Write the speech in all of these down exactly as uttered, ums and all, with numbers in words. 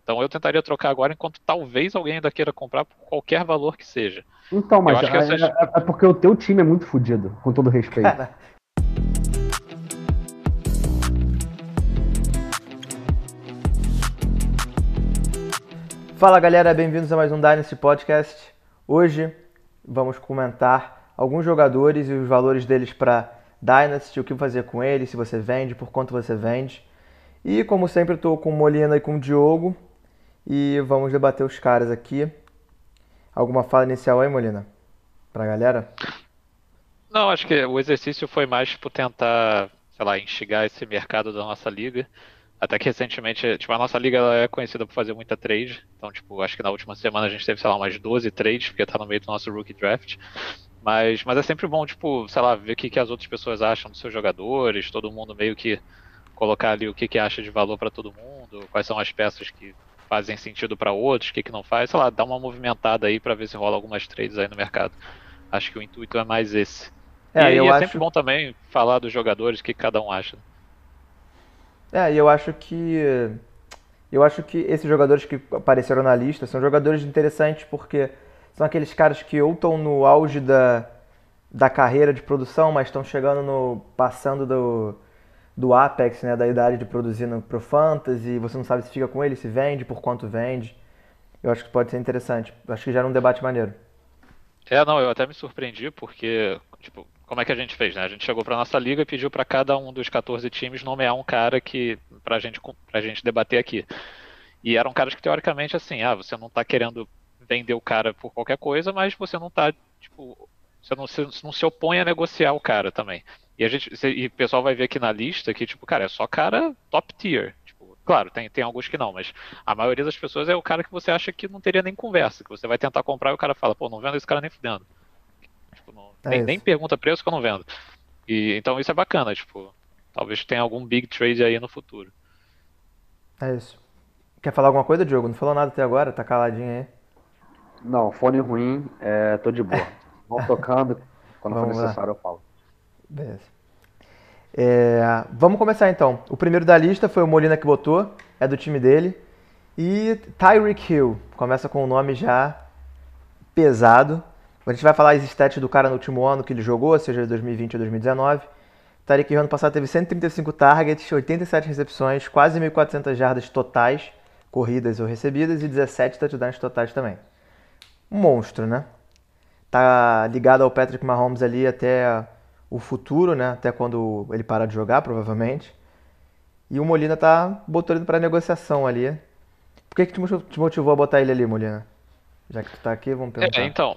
Então eu tentaria trocar agora, enquanto talvez alguém ainda queira comprar por qualquer valor que seja. Então, Eu mas acho que é, essas. é- é porque o teu time é muito fodido, com todo respeito. Cara, fala galera, bem-vindos a mais um Dynasty Podcast. Hoje vamos comentar alguns jogadores e os valores deles para Dynasty, o que fazer com eles, se você vende, por quanto você vende. E como sempre, estou com o Molina e com o Diogo e vamos debater os caras aqui. Alguma fala inicial aí, Molina? Pra galera? Não, acho que o exercício foi mais tipo tentar, sei lá, instigar esse mercado da nossa liga. Até que recentemente, tipo, a nossa liga ela é conhecida por fazer muita trade. Então, tipo, acho que na última semana a gente teve, sei lá, umas doze trades, porque tá no meio do nosso rookie draft. Mas, mas é sempre bom, tipo, sei lá, ver o que, que as outras pessoas acham dos seus jogadores, todo mundo meio que colocar ali o que, que acha de valor pra todo mundo, quais são as peças que fazem sentido pra outros, o que, que não faz, sei lá, dar uma movimentada aí pra ver se rola algumas trades aí no mercado. Acho que o intuito é mais esse. É, E, e eu é sempre acho, bom também falar dos jogadores, o que cada um acha. é, eu acho que eu acho que esses jogadores que apareceram na lista são jogadores interessantes porque são aqueles caras que ou estão no auge da, da carreira de produção, mas estão chegando no passando do, do apex, né, da idade de produzir no, pro fantasy, e você não sabe se fica com ele, se vende, por quanto vende. Eu acho que pode ser interessante. Eu acho que gera um debate maneiro. É, não, eu até me surpreendi porque, tipo, como é que a gente fez, né? A gente chegou pra nossa liga e pediu pra cada um dos quatorze times nomear um cara que pra gente pra gente debater aqui. E eram caras que teoricamente assim, ah, você não tá querendo vender o cara por qualquer coisa, mas você não tá, tipo, você não se, não se opõe a negociar o cara também. E a gente, e o pessoal vai ver aqui na lista que, tipo, cara, é só cara top tier. Tipo, claro, tem, tem alguns que não, mas a maioria das pessoas é o cara que você acha que não teria nem conversa, que você vai tentar comprar e o cara fala, pô, não vendo esse cara nem fudendo. Tipo, não- É nem, nem isso. pergunta preço que eu não vendo. E então isso é bacana, tipo, talvez tenha algum big trade aí no futuro. É isso. Quer falar alguma coisa, Diogo? Não falou nada até agora, tá caladinho aí. Não, fone ruim, é, tô de boa. Vão tocando, quando for Vamos lá. necessário eu falo. Beleza. É, vamos começar então. O primeiro da lista foi o Molina que botou, é do time dele. E Tyreek Hill, começa com um nome já pesado. A gente vai falar as stats do cara no último ano que ele jogou, seja de dois mil e vinte ou dois mil e dezenove. Tyreek Hill ano passado teve cento e trinta e cinco targets, oitenta e sete recepções, quase mil e quatrocentas jardas totais, corridas ou recebidas, e dezessete touchdowns totais também. Um monstro, né? Tá ligado ao Patrick Mahomes ali até o futuro, né? Até quando ele parar de jogar, provavelmente. E o Molina tá botando ele pra negociação ali. Por que que te motivou a botar ele ali, Molina? Já que tu tá aqui, vamos É, perguntar. então,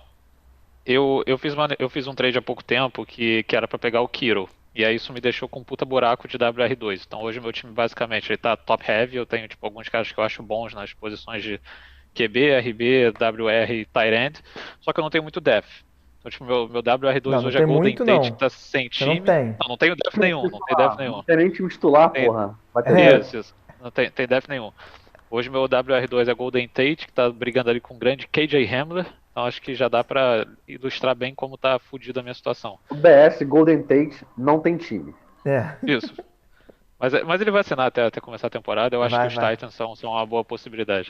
Eu, eu, fiz uma- eu fiz um trade há pouco tempo que, que era pra pegar o Kiro. E aí isso me deixou com um puta buraco de W R dois. Então hoje meu time basicamente ele tá top heavy. Eu tenho tipo alguns caras que eu acho bons nas posições de Q B, R B, W R e tight end. Só que eu não tenho muito depth. Então tipo meu, meu W R Não, dois não hoje é tem Golden muito Tate que não. tá sem Você não time. tem. Não, não tenho depth Deixa nenhum. eu Não tem depth falar, nenhum. não tem nem time titular, Tem, porra. Vai ter É, depth. isso, isso. Não tem, tem depth nenhum. Hoje meu W R dois é Golden Tate, que tá brigando ali com o grande K J Hamler. Então acho que já dá pra ilustrar bem como tá fodida a minha situação. O B S Golden Tate não tem time. é. Isso. Mas, mas ele vai assinar até, até começar a temporada. Eu acho que Vai, os vai. Titans são, são uma boa possibilidade.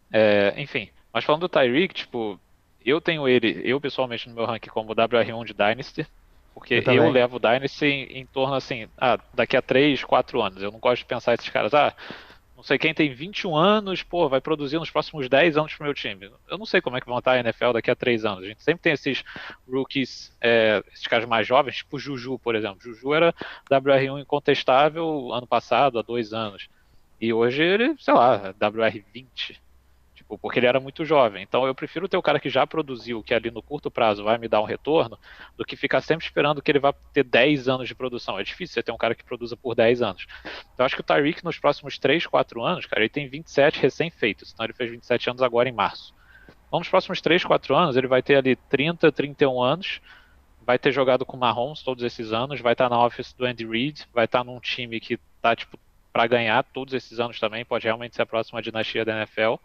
É, enfim, mas falando do Tyreek, tipo, eu tenho ele, eu pessoalmente no meu ranking como W R um de Dynasty, Eu porque eu também. levo o Dynasty em, em torno assim, ah, daqui a três quatro anos. Eu não gosto de pensar esses caras, ah, não sei quem tem vinte e um anos, pô, vai produzir nos próximos dez anos pro meu time. Eu não sei como é que vão estar a N F L daqui a três anos. A gente sempre tem esses rookies, é, esses caras mais jovens, tipo o Juju, por exemplo. Juju era W R um incontestável ano passado, há dois anos. E hoje ele, sei lá, W R vinte. Tipo, porque ele era muito jovem. Então eu prefiro ter o cara que já produziu, que ali no curto prazo vai me dar um retorno, do que ficar sempre esperando que ele vá ter dez anos de produção. É difícil você ter um cara que produza por dez anos. Então eu acho que o Tyreek nos próximos três, quatro anos, cara, ele tem vinte e sete recém-feitos. Então ele fez vinte e sete anos agora em março. Então nos próximos três, quatro anos ele vai ter ali trinta, trinta e um anos, vai ter jogado com o Mahomes todos esses anos, vai estar na office do Andy Reid, vai estar num time que tá tipo para ganhar todos esses anos também, pode realmente ser a próxima dinastia da N F L.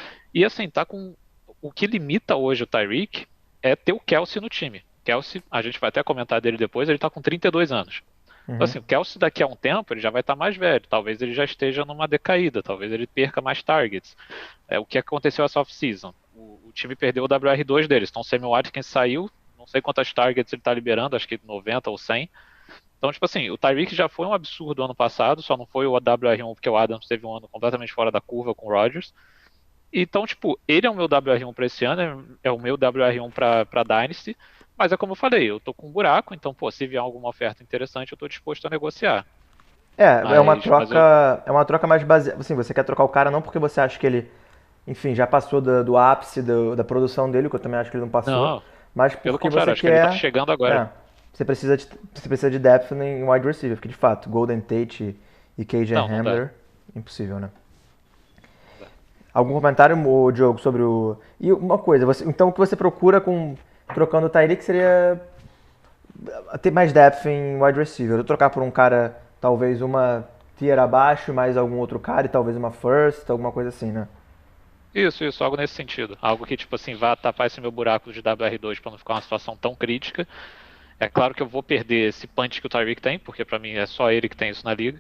E assim, tá com. O que limita hoje o Tyreek é ter o Kelsey no time. Kelsey, a gente vai até comentar dele depois, ele tá com trinta e dois anos. Então, assim, o Kelce daqui a um tempo ele já vai estar mais velho, talvez ele já esteja numa decaída, talvez ele perca mais targets. É o que aconteceu essa off-season. O, o time perdeu o W R dois deles, então o Sammy Watkins saiu, não sei quantas targets ele está liberando, acho que noventa ou cem. Então, tipo assim, o Tyreek já foi um absurdo ano passado, só não foi o W R um porque o Adams teve um ano completamente fora da curva com o Rodgers. Então, tipo, ele é o meu W R um para esse ano, é o meu W R um para para Dynasty, mas é como eu falei, eu tô com um buraco, então, pô, se vier alguma oferta interessante, eu tô disposto a negociar. É, é uma Mas, mas eu. troca, é uma troca mais baseada. Assim, você quer trocar o cara não porque você acha que ele, enfim, já passou do, do ápice do- da produção dele, que eu também acho que ele não passou, Não, mas pelo porque contrário, você acho que ele tá quer. chegando agora. É, você precisa de, você precisa de depth em wide receiver, porque de fato, Golden Tate e K J Não, não dá. Hamler, impossível, né? Não dá. Algum comentário, ô, Diogo, sobre o. E uma coisa, você- então o que você procura com trocando o Tyreek seria ter mais depth em wide receiver. Eu trocar por um cara, talvez uma tier abaixo, mais algum outro cara e talvez uma first, alguma coisa assim, né? Isso, isso, algo nesse sentido. Algo que, tipo assim, vá tapar esse meu buraco de W R dois pra não ficar uma situação tão crítica. É claro que eu vou perder esse punch que o Tyreek tem, porque pra mim é só ele que tem isso na liga.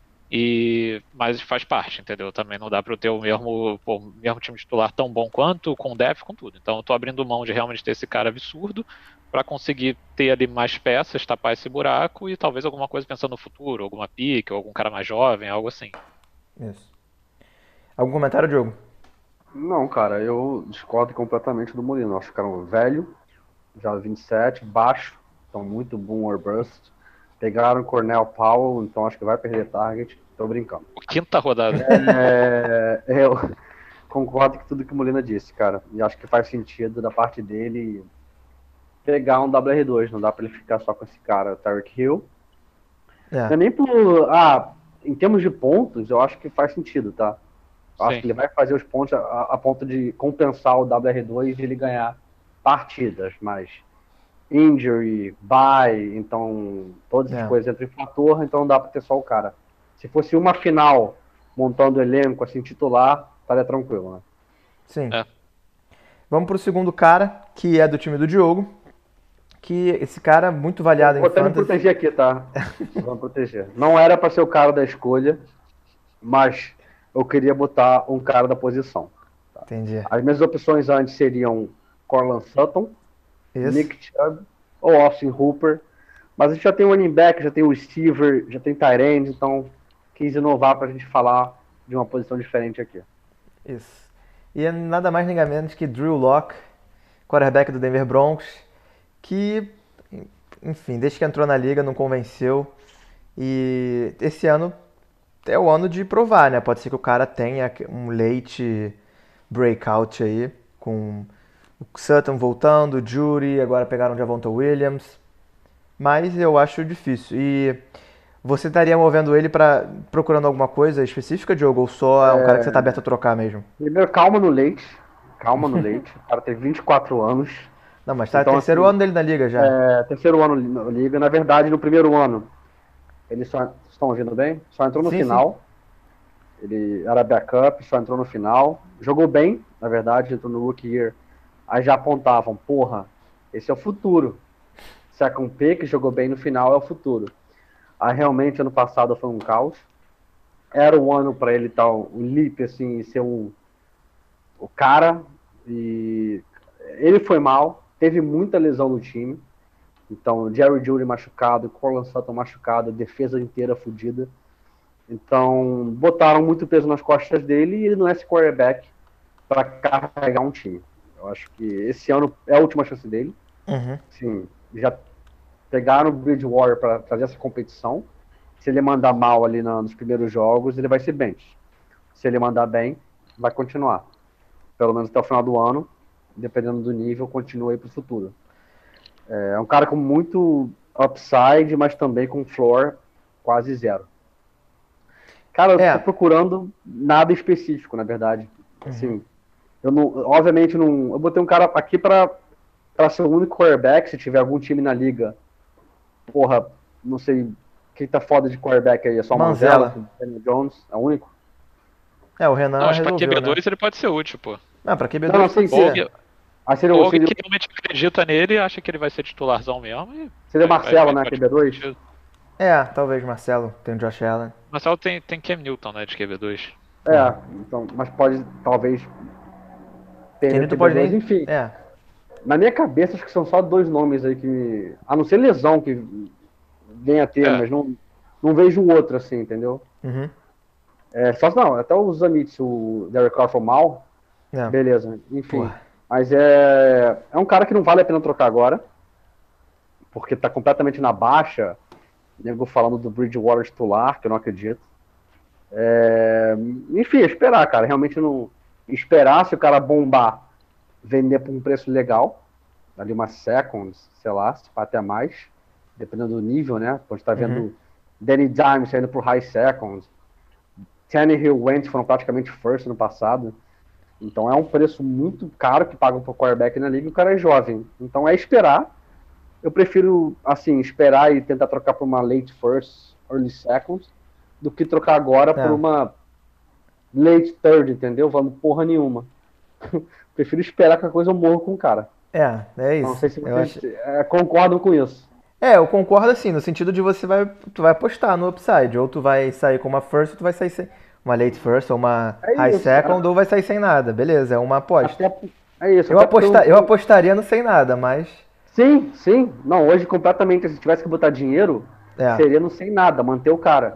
E, mas faz parte, entendeu? Também não dá pra eu ter o mesmo, pô, o mesmo time titular tão bom quanto, com depth, com tudo. Então eu tô abrindo mão de realmente ter esse cara absurdo pra conseguir ter ali mais peças, tapar esse buraco e talvez alguma coisa pensando no futuro, alguma pique, ou algum cara mais jovem, algo assim. Isso. Algum comentário, Diogo? Não, cara, eu discordo completamente do Molino. Acho que era um velho, já vinte e sete, baixo, então muito boom or bust. Pegaram Cornell Powell, então acho que vai perder target. Tô brincando. Quinta rodada. É, eu concordo com tudo que o Molina disse, cara. E acho que faz sentido da parte dele pegar um W R dois. Não dá pra ele ficar só com esse cara, Tyreek Hill. Não é É, nem por. Ah, em termos de pontos, eu acho que faz sentido, tá? Eu acho Sim. que ele vai fazer os pontos a, a ponto de compensar o W R dois e ele ganhar partidas, mas injury, bye, então todas essas é. coisas entram em fator, então não dá pra ter só o cara. Se fosse uma final montando o elenco assim titular, estaria tranquilo, né? Sim. É. Vamos pro segundo cara, que é do time do Diogo, que esse cara muito valiado em Vou até me fantasy. proteger aqui, tá? Vou me proteger. Não era pra ser o cara da escolha, mas eu queria botar um cara da posição. Entendi. As minhas opções antes seriam Corland Sutton, Isso. Nick Chubb ou Austin Hooper. Mas a gente já tem o running back, já tem o receiver, já tem tight end, então quis inovar pra gente falar de uma posição diferente aqui. Isso. E é nada mais nem menos que Drew Lock, quarterback do Denver Broncos, que, enfim, desde que entrou na liga não convenceu. E esse ano é o ano de provar, né? Pode ser que o cara tenha um late breakout aí, com o Sutton voltando, o Judy, agora pegaram o Javonte Williams. Mas eu acho difícil. E você estaria movendo ele para procurando alguma coisa específica, Diogo? Ou só é um cara que você tá aberto a trocar mesmo? Primeiro, calma no leite. Calma no leite. O cara tem vinte e quatro anos. Não, mas tá Então, terceiro assim, ano dele na liga já. é, terceiro ano na liga. Na verdade, no primeiro ano, ele só. Estão ouvindo bem? Só entrou no Sim, sim. final. Ele era backup, só entrou no final. Jogou bem, na verdade, entrou no rookie year. Aí já apontavam, porra, esse é o futuro. Second pick, jogou bem no final, é o futuro. Aí realmente ano passado foi um caos. Era o ano para ele estar o leap, assim, ser um, o cara. E ele foi mal, teve muita lesão no time. Então, Jerry Jeudy machucado, Corland Sutton machucado, defesa inteira fodida. Então, botaram muito peso nas costas dele e ele não é esse quarterback para carregar um time. Eu acho que esse ano é a última chance dele. Uhum. Assim, já pegaram o Bridgewater para fazer essa competição. Se ele mandar mal ali na, nos primeiros jogos, ele vai ser bench. Se ele mandar bem, vai continuar. Pelo menos até o final do ano, dependendo do nível, continua aí para o futuro. É um cara com muito upside, mas também com floor quase zero. Cara, eu É. tô procurando nada específico, na verdade. Assim, eu não, obviamente não. Eu botei um cara aqui para ser o único quarterback, se tiver algum time na liga. Porra, não sei quem tá foda de quarterback aí, é só o Manziela. Manziela, Daniel Jones, é o único. É, o Renan Não, mas pra resolveu, Q B né? dois ele pode ser útil, pô. Ah, pra Q B Não, dois não, sim, pode sim. ser. Aí seria, Ou seria, que realmente acredita nele e acha que ele vai ser titularzão mesmo. E seria o vai- Marcelo, vai- né, vai- Q B dois? É, talvez Marcelo, tem o Josh Allen. Marcelo tem, tem Cam Newton, né, de Q B dois. É, então, mas pode talvez perder Newton o pode Q B dois, nem. enfim. É, Na minha cabeça, acho que são só dois nomes aí que. A não ser lesão que venha a ter, É. mas não, não vejo o outro assim, entendeu? uhum, É, só não, até o Zamitz, o Derek Carr foi mal, é. beleza, enfim. Porra. Mas é, é um cara que não vale a pena trocar agora, porque tá completamente na baixa. Nego falando do Bridgewater titular, que eu não acredito. É, enfim, esperar, cara. Realmente não. Esperar se o cara bombar, vender por um preço legal. Ali uma seconds, sei lá, se pá até mais. Dependendo do nível, né? Pode estar vendo Uhum. Danny Dimes saindo por high seconds. Tannehill, Wentz foram praticamente first no passado. Então é um preço muito caro que pagam pro quarterback na liga e o cara é jovem. Então é esperar. Eu prefiro, assim, esperar e tentar trocar por uma late first, early second, do que trocar agora É. por uma late third, entendeu? Valendo porra nenhuma. Prefiro esperar que a coisa morra com o cara. É, é isso. Não sei se Eu vocês acho- é, concordam com isso. É, eu concordo assim, no sentido de você vai, tu vai apostar no upside. Ou tu vai sair com uma first, ou tu vai sair sem uma late first, ou uma É high isso, second, é. ou vai sair sem nada. Beleza, é uma aposta. Até, é isso. Eu, até porque aposta, eu apostaria no sem nada, mas. Sim, sim. Não, hoje completamente, se tivesse que botar dinheiro, É. seria no sem nada, manter o cara.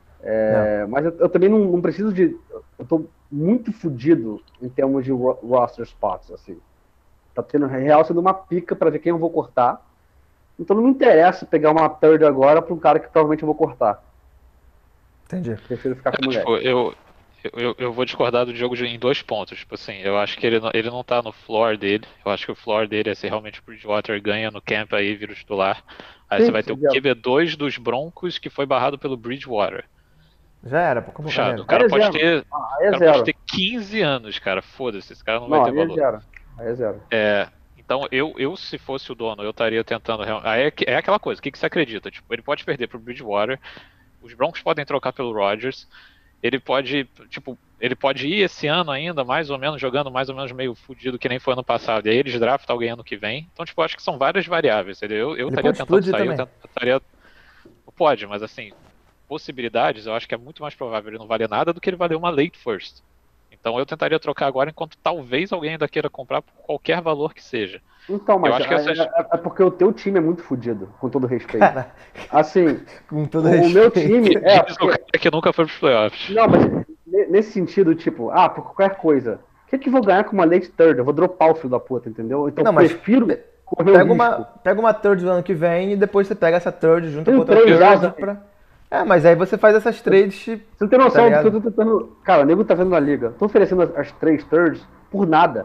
É, mas eu, eu também não, não preciso de. Eu tô muito fodido em termos de ro- roster spots, assim. Tá tendo real sendo uma pica pra ver quem eu vou cortar. Então não me interessa pegar uma third agora pra um cara que provavelmente eu vou cortar. Entendi. Prefiro ficar com o moleque. Tipo, eu, eu, eu vou discordar do Diogo em dois pontos. Tipo assim, eu acho que ele não, ele não tá no floor dele. Eu acho que o floor dele é se realmente o Bridgewater ganha no camp aí, vira o titular. Aí Sim, você vai ter o sim, já. Q B dois dos Broncos que foi barrado pelo Bridgewater. Já era, pô, acabou Puxado. maneiro. O cara Aí é pode zero. ter. Ah, O aí é cara pode zero. ter quinze anos, cara. Foda-se, esse cara não, Não, vai ter aí é valor. zero. Aí é zero. É, então, eu, eu, se fosse o dono, eu estaria tentando. real- Aí é, que- é aquela coisa, o que, que você acredita? Tipo, ele pode perder pro Bridgewater, os Broncos podem trocar pelo Rodgers, ele pode, tipo, ele pode ir esse ano ainda, mais ou menos, jogando mais ou menos meio fudido que nem foi ano passado, e aí eles draftam alguém ano que vem. Então, tipo, eu acho que são várias variáveis, entendeu? Eu, eu Ele estaria pode tentando explodir sair, eu também. tent- estaria. Pode, mas assim, possibilidades, eu acho que é muito mais provável ele não valer nada do que ele valer uma late first. Então eu tentaria trocar agora enquanto talvez alguém ainda queira comprar por qualquer valor que seja. Então, mas Eu acho que é, essas- é- é porque o teu time é muito fodido, com todo respeito. Cara, Assim, com todo o respeito. meu time. É, Diz o porque, cara que nunca foi pros playoffs. não, mas ne- nesse sentido, tipo, ah, por qualquer coisa. O que, que eu vou ganhar com uma late third? Eu vou dropar o filho da puta, entendeu? Então Não, eu mas prefiro pe- correr o Pega risco. uma, pega uma third do ano que vem e depois você pega essa third junto Tem com outra três third já, pra... É, mas aí você faz essas trades. Você não tem noção Tá do que ligado? eu tô tentando. Cara, o nego tá vendo na liga. Tô oferecendo as, as três thirds por nada.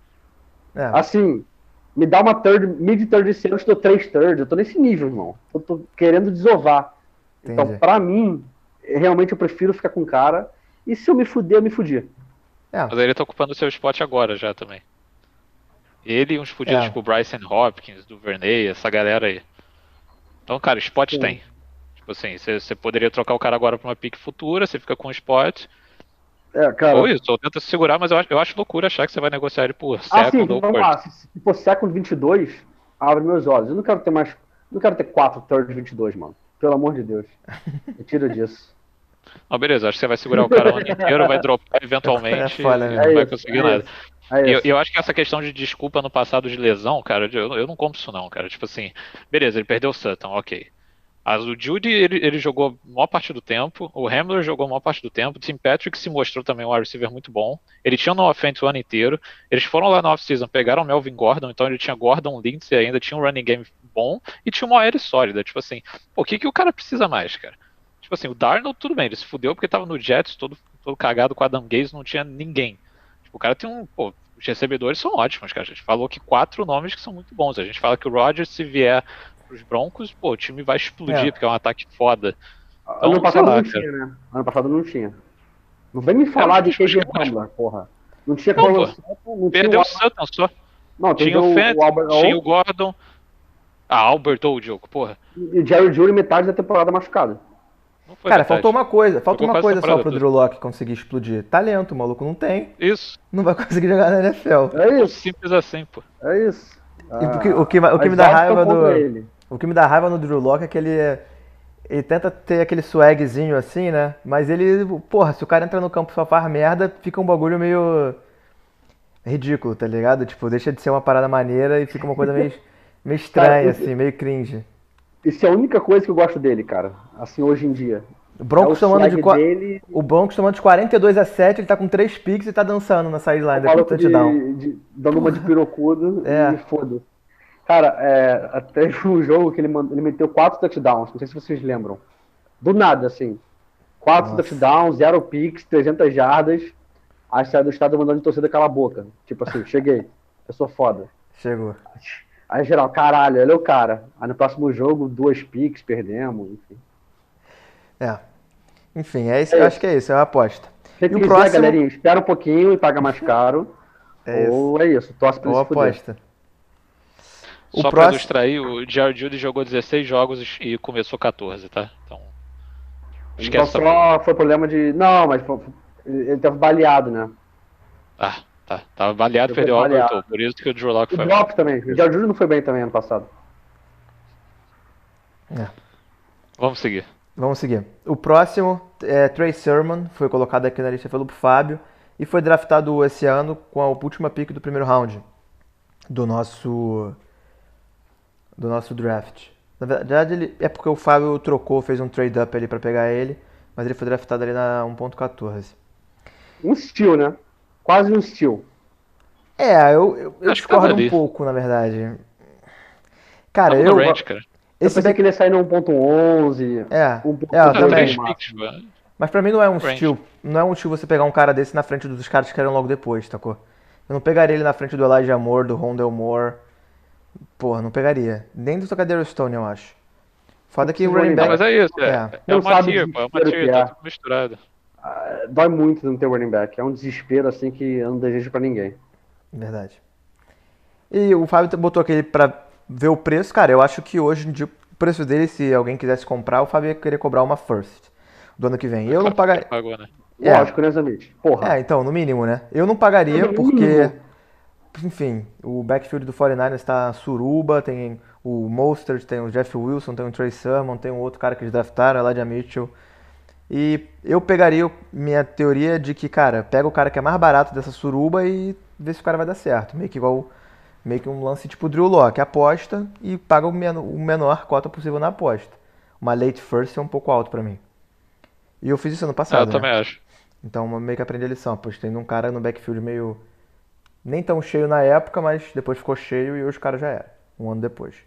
É, Assim, me dá uma third, mid third esse ano, eu te dou três thirds. Eu tô nesse nível, irmão. Eu tô querendo desovar. Então, Entendi. pra mim, realmente eu prefiro ficar com o cara. E se eu me fuder, eu me fudi. é, Mas ele tá ocupando o seu spot agora já também. Ele e uns fudidos É. tipo o Bryson Hopkins, do Verney, essa galera aí. Então, cara, spot Sim. tem. Tipo assim, você você poderia trocar o cara agora pra uma pick futura, você fica com o spot. É, cara. Ou isso, ou tenta se segurar, mas eu acho, eu acho loucura achar que você vai negociar ele por Ah, sim, second ou vamos lá. first. Se, se for second vinte e dois, abre meus olhos. Eu não quero ter mais. Não quero ter quatro third vinte e dois, mano. Pelo amor de Deus. Me tira disso. Não, beleza, acho que você vai segurar o cara o ano inteiro, vai dropar eventualmente É foda e mesmo. não É vai isso, conseguir é nada. isso, é E eu, isso. eu acho que essa questão de desculpa no passado de lesão, cara, eu, eu não compro isso não, cara. Tipo assim, beleza, ele perdeu o Sutton, ok. Mas o Judy, ele, ele jogou a maior parte do tempo, o Hamler jogou a maior parte do tempo, o Tim Patrick se mostrou também um wide receiver muito bom. Ele tinha no offense o ano inteiro. Eles foram lá na off-season, pegaram o Melvin Gordon, então ele tinha Gordon, Lindsay ainda, tinha um running game bom e tinha uma O L sólida. Tipo assim, pô, o que, que o cara precisa mais, cara? Tipo assim, o Darnold, tudo bem, ele se fudeu porque tava no Jets, todo, todo cagado com o Adam Gaze, não tinha ninguém. Tipo, o cara tem um, pô, os recebedores são ótimos, cara. A gente falou que quatro nomes que são muito bons. A gente fala que o Rodgers, se vier pros Broncos, pô, o time vai explodir, É. porque é um ataque foda. Então, ano passado sei lá, não cara. tinha, né? Ano passado não tinha. Não vem me falar de os- K J os- Hamler, porra. Não tinha Não, Corland pô. Sutton, não tinha Perdeu o o Sutton só. Não, tem Tinha o o, Fent, o Albert tinha o O Gordon. Ah, Albert ou o Diogo, porra. e o Jerry Judy metade da temporada machucado. Não foi Cara, metade. faltou uma coisa. Falta Jogou uma quase coisa a só temporada pro toda. Drew Lock conseguir explodir. Talento, o maluco não tem. Isso, Não vai conseguir jogar na N F L. É tão isso, simples assim, pô. é isso. E o que- o que- o que As me dá odds raiva estão do- contra ele. O que me dá raiva no Drew Lock é que ele, ele tenta ter aquele swagzinho assim, né? Mas ele, porra, se o cara entra no campo e só faz merda, fica um bagulho meio ridículo, tá ligado? Tipo, deixa de ser uma parada maneira e fica uma coisa meio, meio Cara, estranha, assim, meio cringe. isso é a única coisa que eu gosto dele, cara. Assim, hoje em dia. O É o Broncos tomando de, swag qua- dele, o Broncos tomando de quarenta e dois a sete, ele tá com três picks e tá dançando na sideline o depois do maluco touchdown. de, de- dando uma de pirocudo e É, foda. Cara, é, até um jogo que ele, mand- ele meteu quatro touchdowns, não sei se vocês lembram. Do nada, assim. Quatro nossa, touchdowns, zero picks, trezentas jardas. Aí sai do estado mandando de torcida cala a boca. Tipo assim, cheguei. Eu sou foda. chegou. Aí geral, caralho, ele é o cara. Aí no próximo jogo, duas picks, perdemos, enfim. É, enfim, é isso, eu É acho que isso. é isso, é uma aposta. Se E o quiser, próximo galerinha, espera um pouquinho e paga mais caro. é isso, Ou é isso, torce pra ou ele se fuder. aposta. O Só pra próximo, ilustrar aí, o Jared Judy jogou dezesseis jogos e começou quatorze, tá? Então, Então esquece essa porra. só foi problema de. Não, mas foi- ele tava baleado, né? Ah, tá. Tava baleado, Ele foi perdeu o Alberto, baleado. por isso que o Drew Lock O foi mal. Drop também. O George não foi bem também ano passado. é, Vamos seguir. vamos seguir. O próximo é Trey Sermon, foi colocado aqui na lista pelo Fábio e foi draftado esse ano com a última pick do primeiro round do nosso do nosso draft. Na verdade, ele é porque o Fábio trocou, fez um trade up ali pra pegar ele, mas ele foi draftado ali na um ponto quatorze. Um steal, né? Quase um steal. É, eu, eu, eu Acho que tava discordo um ali. pouco, na verdade. Cara, Tava no eu range, cara. Eu esse pensei back que ele ia sair no um ponto onze, é, um ponto é, eu Ah, dois também. três no picks, máximo. mano. Mas pra mim não é um Range. steal, não é um steal você pegar um cara desse na frente dos caras que eram logo depois, tacou? Eu não pegaria ele na frente do Elijah Moore, do Rondell Moore. Porra, não pegaria. Nem do Tocadero Stone, eu acho. Foda que o Precisa running de Não, back. mas é isso, é, É, é Não uma sabe o tier, pô, é uma desespero tier, que tá é. tudo misturado. Ah, dói muito não ter running back. É um desespero assim que eu não desejo pra ninguém. verdade. E o Fábio botou aquele pra ver o preço. Cara, eu acho que hoje em dia o preço dele, se alguém quisesse comprar, o Fábio ia querer cobrar uma first do ano que vem. Eu não Claro que pagaria. pagou, né? É, Lógico, né, Zamit? Porra. é, então, no mínimo, né? Eu não pagaria No porque, mínimo. enfim, o backfield do quarenta e nove ers tá suruba, tem o Mostert, tem o Jeff Wilson, tem o Trey Sermon, tem um outro cara que eles draftaram, Elijah Mitchell. E eu pegaria o- minha teoria de que, cara, pega o cara que é mais barato dessa suruba e vê se o cara vai dar certo. Meio que igual, meio que um lance tipo Drew Lock, aposta e paga o, men o menor cota possível na aposta. Uma late first é um pouco alto pra mim. E eu fiz isso ano Ah, eu passado, né? também acho. Então eu meio que aprendi a lição. Apostei num cara no backfield meio nem tão cheio na época, mas depois ficou cheio e hoje o cara já era. Um ano depois.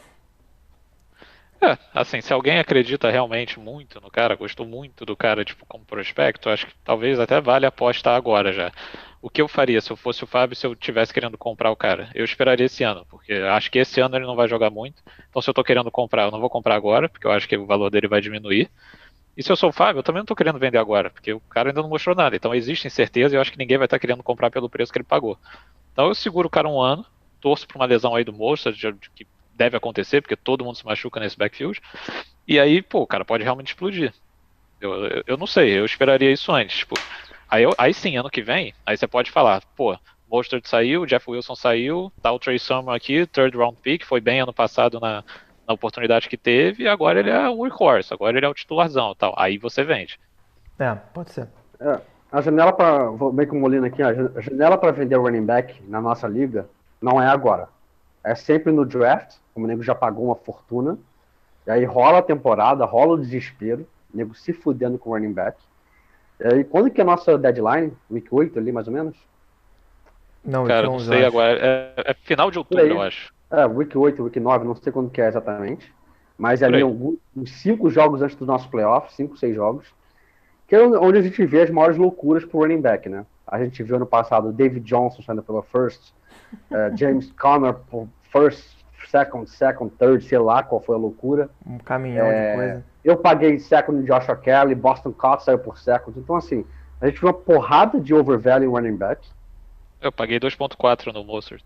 É, assim, se alguém acredita realmente muito no cara, gostou muito do cara, tipo, como prospecto, acho que talvez até vale apostar agora já. O que eu faria se eu fosse o Fábio, se eu tivesse querendo comprar o cara? Eu esperaria esse ano, porque acho que esse ano ele não vai jogar muito. Então, se eu tô querendo comprar, eu não vou comprar agora, porque eu acho que o valor dele vai diminuir. E se eu sou o Fábio, eu também não tô querendo vender agora, porque o cara ainda não mostrou nada. Então, existe incerteza e eu acho que ninguém vai estar querendo comprar pelo preço que ele pagou. Então, eu seguro o cara um ano, torço pra uma lesão aí do Mostert, de- de- que deve acontecer, porque todo mundo se machuca nesse backfield. E aí, pô, o cara pode realmente explodir. Eu, eu, eu não sei, eu esperaria isso antes. Tipo, aí, eu- aí sim, ano que vem, aí você pode falar, pô, Mostert saiu, Jeff Wilson saiu, tá o Trey Sermon aqui, third round pick, foi bem ano passado na, na oportunidade que teve, e agora ele é o workhorse, agora ele é o titularzão e tal. Aí você vende. É, pode ser. É, a janela para vou meio que um molino aqui, ó, a janela para vender running back na nossa liga não é agora. É sempre no draft, como o nego já pagou uma fortuna. E aí rola a temporada, rola o desespero, o nego se fudendo com o running back. E aí, quando que é a nossa deadline? Week oito ali, mais ou menos? Não, Cara, Week não onze, sei eu acho. agora, é, é final de Por outubro, aí. eu acho. É, Week oito, Week nove, não sei quando que é exatamente. Mas Por ali aí. alguns, uns cinco jogos antes do nosso playoff, cinco, seis jogos. Que é onde a gente vê as maiores loucuras pro running back, né? A gente viu ano passado o David Johnson saindo pela first, eh, James Conner por first, second, second, third, sei lá qual foi a loucura. Um caminhão É, de coisa. Eu paguei second de Joshua Kelly, Boston Scott saiu por second. Então, assim, a gente viu uma porrada de overvalue em running back. Eu paguei dois ponto quatro no Mostert.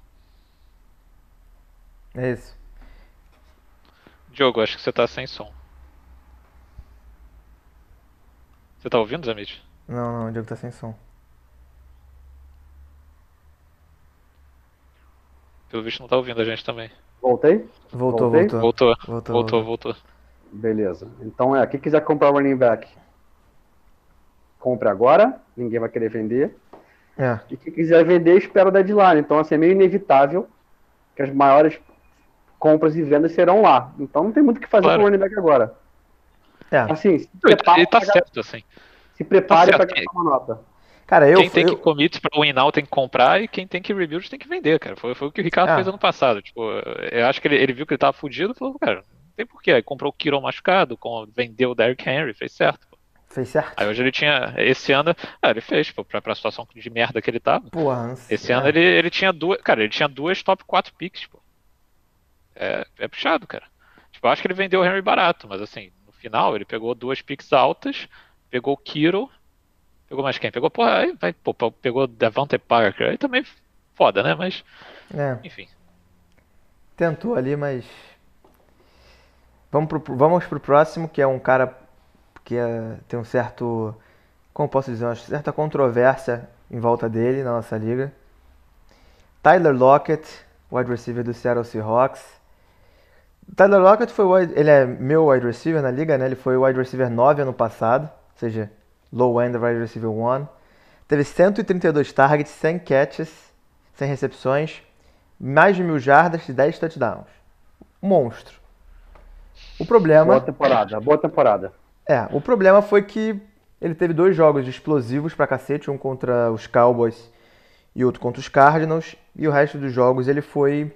É isso. Diogo, acho que você tá sem som. Você tá ouvindo, Zamit? Não, não, o Diego tá sem som. Pelo visto não tá ouvindo a gente também. Voltei? Voltou, Voltei? voltou. Voltou, Voltou, voltou, voltou. voltou. Beleza. Então é, quem quiser comprar o running back, compre agora, ninguém vai querer vender. É. E quem quiser vender, espera o deadline. Então, assim, é meio inevitável que as maiores compras e vendas serão lá. Então não tem muito o que fazer Claro. com o running back agora. É. Assim, se Ele prepare tá pra, certo, assim. se prepare Tá pra certo. gastar uma nota. Cara, eu Quem tem que eu, commit pra win now tem que comprar e quem tem que rebuild tem que vender, cara. Foi, foi o que o Ricardo Ah. fez ano passado. Tipo, eu acho que ele, ele viu que ele tava fudido e falou, cara, não tem porquê. Aí comprou o Kiro machucado, com- vendeu o Derrick Henry, fez certo. Pô. fez certo. Aí hoje ele tinha. Esse ano. Ah, ele fez, pô, pra, pra situação de merda que ele tava. Porra, não sei. Esse ano É. ele, ele tinha duas. Cara, ele tinha duas top quatro picks, pô. É, é puxado, cara. Tipo, eu acho que ele vendeu o Henry barato, mas assim, no final ele pegou duas picks altas, pegou o Kiro. Pegou mais quem? Pegou, porra, aí vai, pô, pegou Devontae Parker. Aí também foda, né? Mas, É. enfim. Tentou ali, mas. Vamos pro, vamos pro próximo, que é um cara que é- tem um certo. Como posso dizer? Uma certa controvérsia em volta dele na nossa liga. Tyler Lockett, wide receiver do Seattle Seahawks. Tyler Lockett foi o wide- ele é meu wide receiver na liga, né? Ele foi o wide receiver nove ano passado, ou seja, low end wide receiver um. Teve cento e trinta e dois targets, cem catches, cem recepções, mais de mil jardas e dez touchdowns. Monstro. O problema Boa temporada, boa temporada. é, o problema foi que ele teve dois jogos explosivos pra cacete, um contra os Cowboys e outro contra os Cardinals, e o resto dos jogos ele foi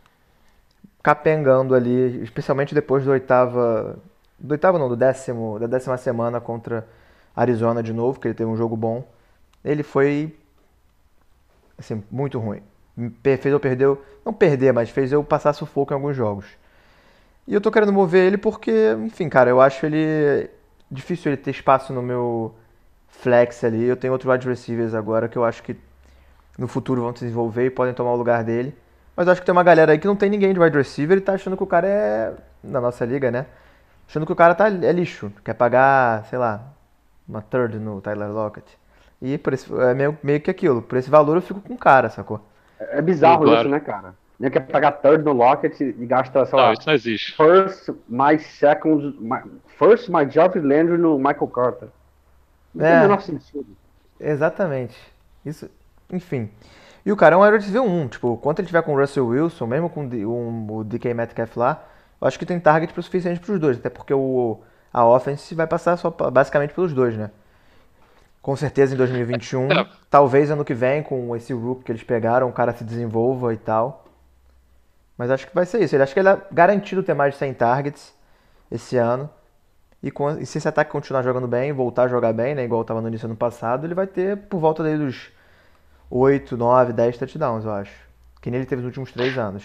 capengando ali, especialmente depois do oitava, do oitavo não, do décimo, da décima semana contra Arizona de novo, que ele teve um jogo bom. Ele foi assim, muito ruim. Me fez eu perder, não perder, mas fez eu passar sufoco em alguns jogos. E eu tô querendo mover ele porque, enfim, cara, eu acho ele difícil ele ter espaço no meu flex ali. Eu tenho outros wide receivers agora que eu acho que no futuro vão se desenvolver e podem tomar o lugar dele. Mas eu acho que tem uma galera aí que não tem ninguém de wide receiver e tá achando que o cara é, na nossa liga, né? Achando que o cara tá, é lixo. Quer pagar, sei lá, uma third no Tyler Lockett. E por esse, é meio, meio que aquilo. Por esse valor eu fico com o cara, sacou? É bizarro Claro. isso, né, cara? Nem quer pagar third no Lockett e gasta, sei Não, lá, isso não existe. first, my second, my, first, my Jarvis Landry no Michael Carter. Não tem É. o menor sentido. Exatamente. Isso, enfim. E o cara é um wide receiver um. Tipo, quando ele tiver com o Russell Wilson, mesmo com o D- um- o D K Metcalf lá, eu acho que tem target pro suficiente pros dois. Até porque o, a offense vai passar só pa- basicamente pelos dois, né? Com certeza em dois mil e vinte e um, É. talvez ano que vem, com esse Rook que eles pegaram, o cara se desenvolva e tal. Mas acho que vai ser isso. Ele acho que ele é garantido ter mais de cem targets esse ano. E, com- e se esse ataque continuar jogando bem, voltar a jogar bem, né, igual estava no início do ano passado, ele vai ter por volta daí dos oito, nove, dez touchdowns, eu acho. Que nem ele teve nos últimos três anos.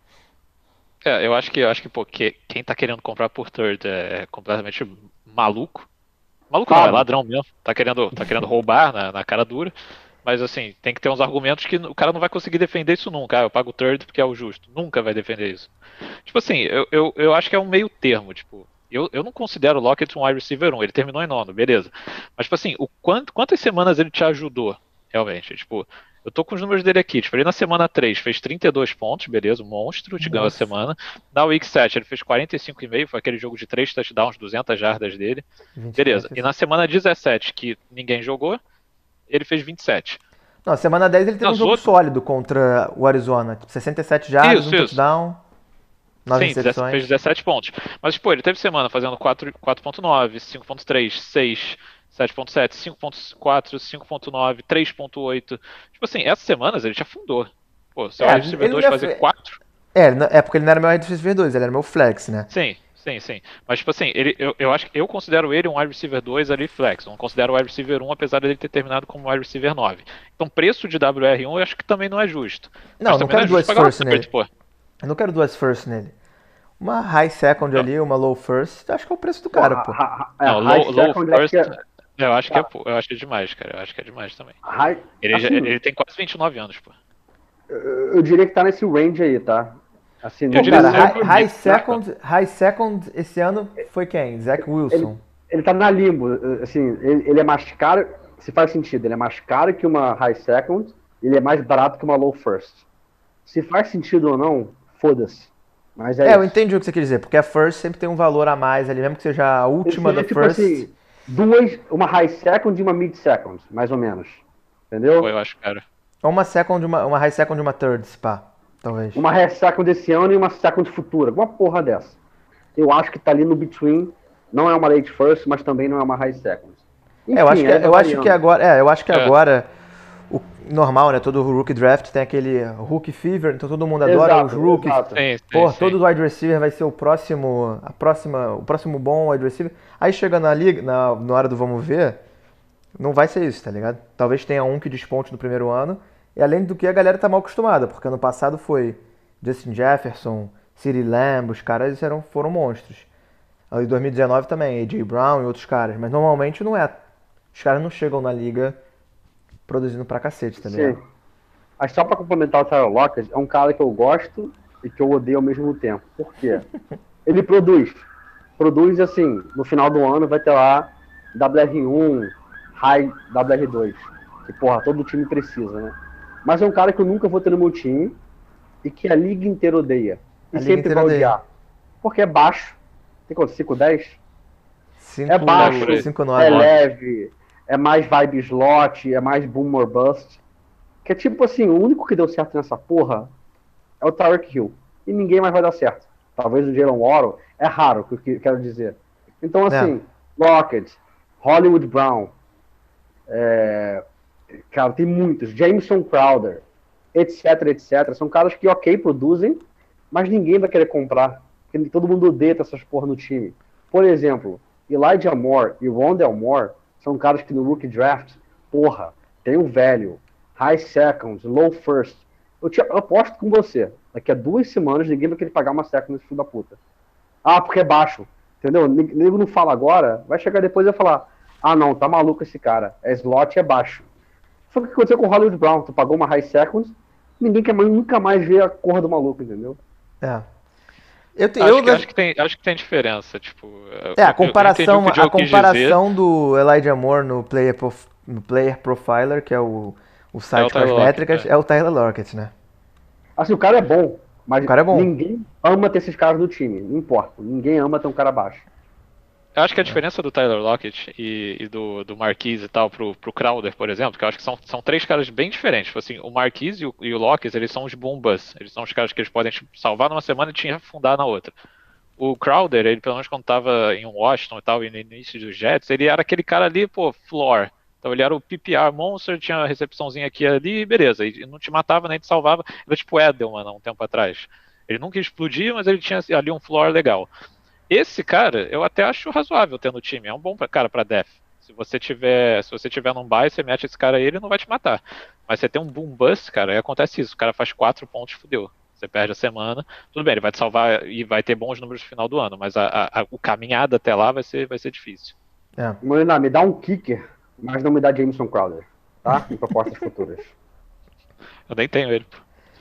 É, eu acho que, eu acho que pô, que- quem tá querendo comprar por third é completamente maluco. Maluco não, é Sabe? ladrão mesmo. Tá querendo, tá querendo roubar na, na cara dura. Mas assim, tem que ter uns argumentos que o cara não vai conseguir defender isso nunca. Ah, eu pago third porque é o justo. Nunca vai defender isso. Tipo assim, eu, eu, eu acho que é um meio termo, tipo. Eu, eu não considero o Lockett um wide receiver um, ele terminou em nono, beleza. Mas, tipo assim, o quanto, quantas semanas ele te ajudou, realmente? Tipo, eu tô com os números dele aqui. Tipo, ele na semana três fez trinta e dois pontos, beleza, um monstro, te ganhou a Nossa. semana. Na week sete ele fez quarenta e cinco e meio, foi aquele jogo de três touchdowns, duzentas jardas dele. vinte Beleza. catches. E na semana dezessete, que ninguém jogou, ele fez vinte e sete. Não, semana dez ele teve Nas um jogo outras- sólido contra o Arizona. Tipo, sessenta e sete jardas, Isso, um isso. touchdown, nove Sim, recepções. fez dezessete pontos. Mas, pô, ele teve semana fazendo quatro ponto nove, cinco ponto três, seis, sete ponto sete, cinco ponto quatro, cinco ponto nove, três ponto oito. Tipo assim, essas semanas ele te afundou. Pô, seu É, wide receiver ele dois não é- fazer quatro? É, ele não- é porque ele não era meu wide receiver dois, ele era meu flex, né? Sim, sim, sim. Mas, tipo assim, ele, eu, eu acho que eu considero ele um wide receiver dois ali flex. Não considero o wide receiver um, apesar dele ter terminado como wide receiver nove. Então, preço de W R um eu acho que também não é justo. Não, Mas não também quero é justo duas pagar um first third, nele. pô. Eu não quero duas first nele. Uma high second Não. ali, uma low first, acho que é o preço do cara, pô. Ha- ha- Não, high low, low second, acho first, que é- eu acho que é, pou- eu acho que é demais, cara. Eu acho que é demais também. high- Ele, já- assim, ele tem quase vinte e nove anos, pô. eu eu diria que tá nesse range aí, tá? Assim, Eu não- diria Cara, que é high, bonito, high né, second, high second esse ano foi quem? Zach Wilson. ele tá na limbo, assim, ele, ele é mais caro, se faz sentido, ele é mais caro que uma high second, ele é mais barato que uma low first. Se faz sentido ou não, foda-se. Mas é É, eu isso. entendi o que você quer dizer, porque a first sempre tem um valor a mais ali, mesmo que seja a Ele última da seria tipo first. assim, duas, uma high second e uma mid second, mais ou menos. Pô, Entendeu? eu acho caro. Ou uma second, uma, uma high second e uma third, pá, talvez. Uma high second desse ano e uma second futura. Uma porra dessa. Eu acho que tá ali no between. Não é uma late first, mas também não é uma high second. É, eu acho Enfim, que, aí vai eu acho que variando. agora, é, eu acho que É, agora o normal, né, todo rookie draft tem aquele rookie fever, então todo mundo adora os Exato, rookies. exato. sim, sim, Pô, sim. todo wide receiver vai ser o próximo, a próxima, o próximo bom wide receiver. Aí chega na liga, na, na hora do vamos ver, não vai ser isso, tá ligado? Talvez tenha um que desponte no primeiro ano, e além do que a galera tá mal acostumada, porque ano passado foi Justin Jefferson, CeeDee Lamb, os caras eram, foram monstros. Aí em dois mil e dezenove também, A J Brown e outros caras, mas normalmente não é. Os caras não chegam na liga produzindo pra cacete, tá Sim. ligado? Mas só pra complementar o Tyler Lockett, é um cara que eu gosto e que eu odeio ao mesmo tempo. Por quê? Ele produz. Produz assim, no final do ano vai ter lá W R um, High W R dois. Que, porra, todo time precisa, né? Mas é um cara que eu nunca vou ter no meu time e que a liga inteira odeia. E A liga sempre inteira vai odeia. odiar. Porque é baixo. Tem quanto? cinco dez? É É, por baixo, aí. cinco é nove. leve, é mais vibe slot, é mais boom or bust. Que é tipo assim, o único que deu certo nessa porra é o Tyreek Hill. E ninguém mais vai dar certo. Talvez o Jalen Waddle. É raro, o que eu quero dizer. Então, É, assim, Lockett, Hollywood Brown, é, cara, tem muitos. Jameson Crowder, etc, etc. São caras que, ok, produzem, mas ninguém vai querer comprar. Porque todo mundo odeia ter essas porra no time. Por exemplo, Elijah Moore e Rondell Moore são caras que no Rookie Draft, porra, tem o velho, high seconds, low first. Eu, te, eu aposto com você, daqui a duas semanas ninguém vai querer pagar uma second nesse filho da puta. Ah, porque é baixo. Entendeu? Nego não fala agora, vai chegar depois e vai falar: ah, não, tá maluco esse cara. É slot, é baixo. Foi o que aconteceu com o Hollywood Brown. Tu pagou uma high second, ninguém quer mais, nunca mais ver a cor do maluco, entendeu? é. Eu, te- eu, Acho que, acho que tem, acho que tem diferença, tipo, é, a eu, eu- eu entendi o comparação, que o a Joe quis dizer, comparação do Elijah Moore no Player, Prof- no Player Profiler, que é o, o é o site com as Tyler Lockett, métricas, né? é o Tyler Lockett, né? Assim, o cara é bom, O mas cara é bom. ninguém ama ter esses caras no time. Não importa. Ninguém ama ter um cara baixo. Eu acho que a diferença do Tyler Lockett e, e do, do Marquise e tal pro, pro Crowder, por exemplo, que eu acho que são, são três caras bem diferentes. Tipo assim, o Marquise e o, e o Lockett, eles são os boom bust. Eles são os caras que eles podem tipo, salvar numa semana e te afundar na outra. O Crowder, ele pelo menos quando tava em Washington e tal, e no início dos Jets, ele era aquele cara ali, pô, floor. Então ele era o P P R monster, tinha uma recepçãozinha aqui e ali, beleza. E não te matava nem te salvava. Era tipo Edelman há um tempo atrás. Ele nunca explodia, mas ele tinha ali um floor legal. Esse cara, eu até acho razoável ter no time. É um bom cara pra def. Se você tiver, se você tiver num bye, você mete esse cara aí, ele não vai te matar. Mas você tem um boom bust, cara, aí acontece isso. O cara faz quatro pontos, fudeu. Você perde a semana. Tudo bem, ele vai te salvar e vai ter bons números no final do ano, mas a, a, a o caminhada até lá vai ser, vai ser difícil. É. Molina, me dá um kicker, mas não me dá Jameson Crowder, tá? Em propostas futuras. Eu nem tenho ele.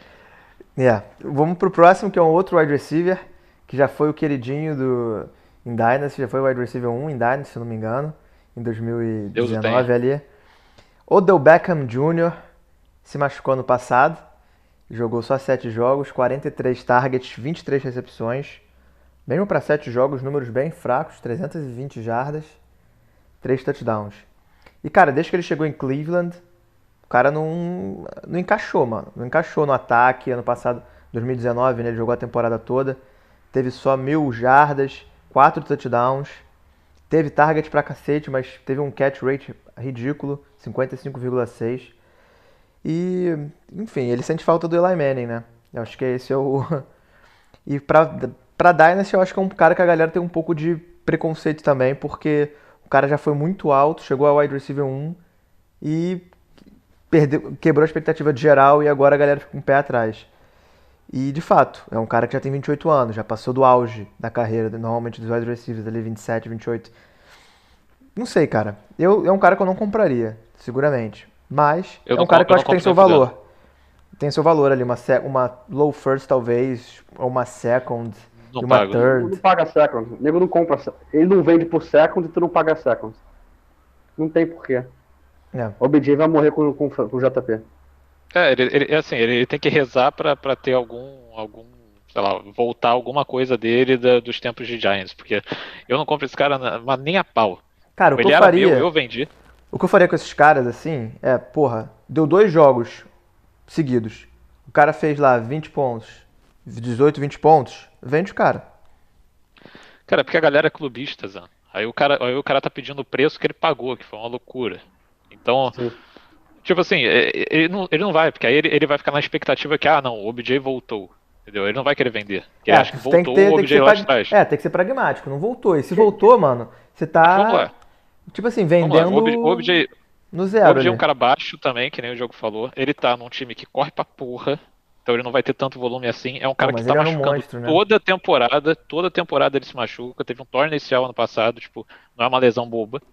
É. Vamos pro próximo, que é um outro wide receiver, que já foi o queridinho do em Dynasty, já foi o wide receiver um em Dynasty, se eu não me engano, em Deus o dois mil e dezenove tenha. ali. Odell Beckham Júnior se machucou no passado, jogou só sete jogos, quarenta e três targets, vinte e três recepções. Mesmo para sete jogos, números bem fracos, trezentas e vinte jardas, três touchdowns. E cara, desde que ele chegou em Cleveland, o cara não, não encaixou, mano. Não encaixou no ataque. Ano passado, dois mil e dezenove, né, ele jogou a temporada toda. Teve só mil jardas, quatro touchdowns. Teve target pra cacete, mas teve um catch rate ridículo, cinquenta e cinco vírgula seis. E, enfim, ele sente falta do Eli Manning, né? Eu acho que esse é o... E pra, pra Dynasty, eu acho que é um cara que a galera tem um pouco de preconceito também, porque o cara já foi muito alto, chegou a wide receiver um e perdeu, quebrou a expectativa de geral e agora a galera fica com um pé atrás. E, de fato, é um cara que já tem vinte e oito anos, já passou do auge da carreira, normalmente dos wide receivers ali, vinte e sete, vinte e oito. Não sei, cara. Eu, é um cara que eu não compraria, seguramente. Mas Eu é um não, cara com- que eu eu acho não que tem compro seu nem fudendo. valor. Tem seu valor ali, uma, se- uma low first talvez, ou uma second, Não e uma pago. Não, não third. paga second. O nego não compra. se- Ele não vende por second e tu não paga second. Não tem porquê. É. O O B J vai morrer com, com, com o J P. É, ele, ele- é assim, ele tem que rezar pra, pra ter algum, algum sei lá, voltar alguma coisa dele da- dos tempos de Giants, porque eu não compro esse cara na- mas nem a pau. Cara, o que eu Ele era meu, faria, eu vendi. o que eu faria com esses caras assim é, porra, deu dois jogos seguidos. O cara fez lá vinte pontos, dezoito, vinte pontos, vende o cara. Cara, porque a galera é clubista, Zan. Aí o cara, aí o cara tá pedindo o preço que ele pagou, que foi uma loucura. Então, Sim. tipo assim, é- é- ele não, ele não vai, porque aí ele, ele vai ficar na expectativa que, ah, não, o O B J voltou. Entendeu? Ele não vai querer vender. Porque ele É, acha que você tem que voltou ter, o tem que ser O B J lá de prag... trás. é, tem que ser pragmático, não voltou. E se voltou, mano, você Mas vamos tá, lá, tipo assim, vamos lá. O OB- o vendendo OBJ, no o zero O B J é um ali. cara baixo também, que nem o jogo falou. Ele tá num time que corre pra porra. Então ele não vai ter tanto volume assim. É um Pô, cara que mas tá ele era um machucando monstro, né? toda temporada. Toda temporada ele se machuca. Teve um torne inicial ano passado, tipo, não é uma lesão boba.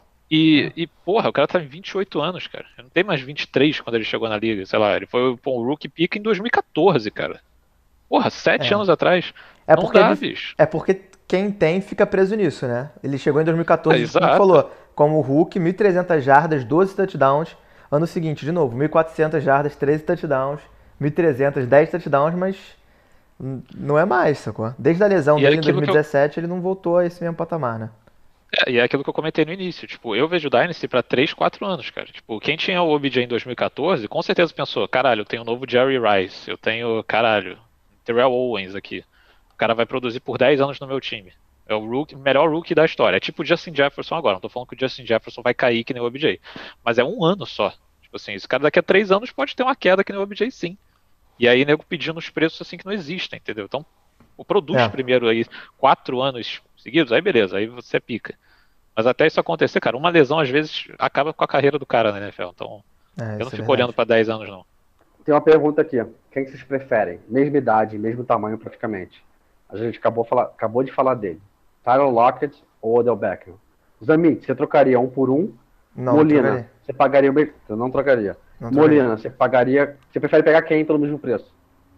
E, e, porra, o cara tá em vinte e oito anos, cara. Ele não tem mais vinte e três quando ele chegou na liga, sei lá. Ele foi pô, um rookie pick em dois mil e quatorze, cara. Porra, sete É. anos atrás. É Não porque, dá, ele- bicho. é porque quem tem fica preso nisso, né? Ele chegou em É, dois mil e quatorze, como tu exato. falou, como Hulk, mil e trezentas jardas, doze touchdowns. Ano seguinte, de novo, mil e quatrocentas jardas, treze touchdowns. mil e trezentas, dez touchdowns, mas n- não é mais, sacou? Desde a lesão E é dele em aquilo que eu dois mil e dezessete, ele não voltou a esse mesmo patamar, né? É, e é aquilo que eu comentei no início, tipo, eu vejo o Dynasty pra três, quatro anos, cara. Tipo, quem tinha o O B J em dois mil e quatorze, com certeza pensou, caralho, eu tenho o novo Jerry Rice, eu tenho, caralho, Terrell Owens aqui. O cara vai produzir por dez anos no meu time. É o rookie, melhor rookie da história. É tipo o Justin Jefferson agora. Não tô falando que o Justin Jefferson vai cair que nem o O B J. Mas é um ano só. Tipo assim, esse cara daqui a três anos pode ter uma queda que nem o O B J sim. E aí, nego pedindo os preços assim que não existem, entendeu? Então, o produz É, primeiro aí quatro anos seguidos, aí beleza, aí você pica. Mas até isso acontecer, cara, uma lesão às vezes acaba com a carreira do cara na N F L. Então, é, eu não isso é fico olhando verdade. pra dez anos, não. Tem uma pergunta aqui. Quem que vocês preferem? Mesma idade, mesmo tamanho praticamente. A gente acabou, fala- acabou de falar dele. Tyler Lockett ou Odell Beckham? Zamit, você trocaria um por um? Não, não Molina, trocaria. você pagaria o mesmo? Eu não trocaria. Não trocaria. Molina, você pagaria. Você prefere pegar quem pelo mesmo preço?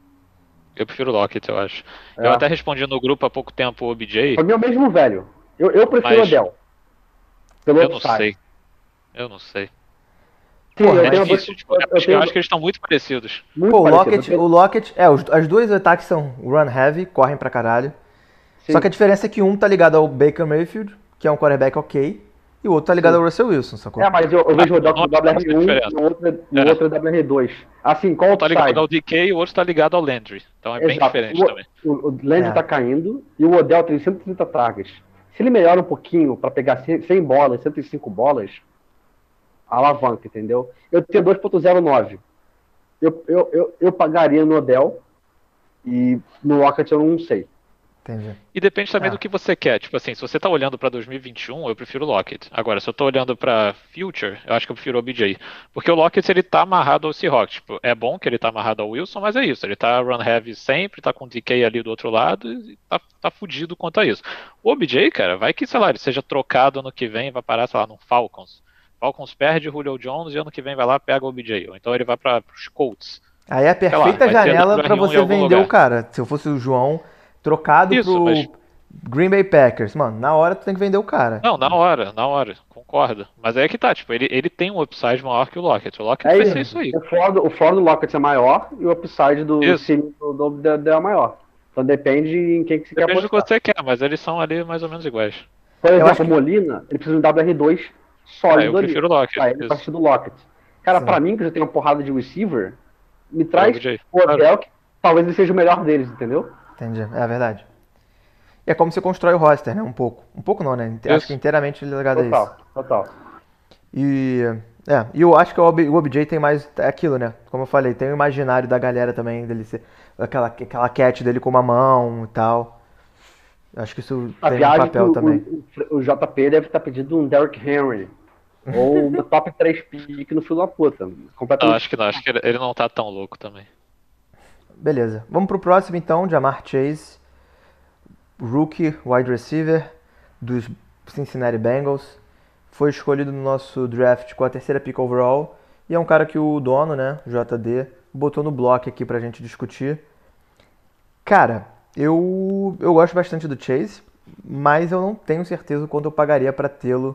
Eu prefiro o Lockett, eu acho. Eu É. até respondi no grupo há pouco tempo o O B J, Pra mim é o mesmo velho. Eu, eu prefiro o mas Odell. Pelo eu não upside. sei. Eu não sei. Sim, Porra, eu É mas, tenho dois. difícil, tipo, Eu, é eu porque eu tenho acho que eles estão muito parecidos. muito pô, o parecido. Lockett, Eu o tenho- Lockett, é, os, as duas ataques são run heavy, correm pra caralho. Sim, Só que a diferença é que um tá ligado ao Baker Mayfield, que é um quarterback ok, e o outro tá ligado sim. ao Russell Wilson, sacou? É, mas eu, eu vejo o Odell Não como é essa a W R um diferença. e o outro, é- e o É. outro é W R dois. Assim, qual o Um tá ligado upside? ao D K e o outro tá ligado ao Landry. Então é bem Exato. diferente também. O, o, o Landry É. tá caindo e o Odell tem cento e trinta targets. Se ele melhora um pouquinho pra pegar cem cem bolas, cento e cinco bolas, alavanca, entendeu? Eu tenho dois ponto zero nove. Eu, eu, eu, eu pagaria no Odell e no Lockett eu não sei. Entendi. E depende também É. do que você quer. Tipo assim, se você tá olhando pra dois mil e vinte e um, eu prefiro o Lockett. Agora, se eu tô olhando pra Future, eu acho que eu prefiro o O B J. Porque o Lockett, ele tá amarrado ao Seahawks. Tipo, é bom que ele tá amarrado ao Wilson, mas é isso. Ele tá run heavy sempre, tá com o D K ali do outro lado e tá, tá fudido quanto a isso. O O B J, cara, vai que, sei lá, ele seja trocado ano que vem, vai parar, sei lá, no Falcons. Falcons perde o Julio Jones e ano que vem vai lá pega o O B J. Ou então ele vai para os Colts. Aí é a Sei lá, perfeita vai ter janela W R pra um você em algum vender lugar. o cara. Se eu fosse o João, trocado Isso, pro mas- Green Bay Packers. Mano, na hora tu tem que vender o cara. Não, na hora, na hora, concordo. Mas aí é que tá, tipo, ele, ele tem um upside maior que o Lockett. O Lockett É vai isso. ser isso aí. O floor, do, o floor do Lockett é maior e o upside do Isso. ceiling do do Odell é maior. Então depende em quem que você Depende quer do que apostar. você quer, mas eles são ali mais ou menos iguais. Por Eu exemplo, acho o que- Molina, ele precisa de um W R dois Ah, sólido eu ali. prefiro o Lockett. Pra ele, a isso. partir do Lockett. Cara, Sim. pra mim, que já tem uma porrada de receiver, me É o traz O B J, o Odell, que talvez ele seja o melhor deles, entendeu? Entendi. É verdade. E é como você constrói o roster, né? Um pouco. Um pouco não, né? Inte- Acho Isso. que inteiramente ligado a isso. Total, total. E, é, e eu acho que o O B- o O B J tem mais é aquilo, né? Como eu falei, tem o imaginário da galera também, dele ser aquela, aquela catch dele com uma mão e tal. Acho que isso A tem um viagem que papel o, também. o, o J P deve estar pedindo um Derrick Henry. Ou uma top três pick no fio da puta. Não, Completamente. acho que não, acho que ele, ele não tá tão louco também. Beleza. Vamos pro próximo então, Jamar Chase, rookie wide receiver dos Cincinnati Bengals. Foi escolhido no nosso draft com a terceira pick overall. E é um cara que o dono, né, J D, botou no bloco aqui pra gente discutir. Cara, eu, eu gosto bastante do Chase, mas eu não tenho certeza o quanto eu pagaria pra tê-lo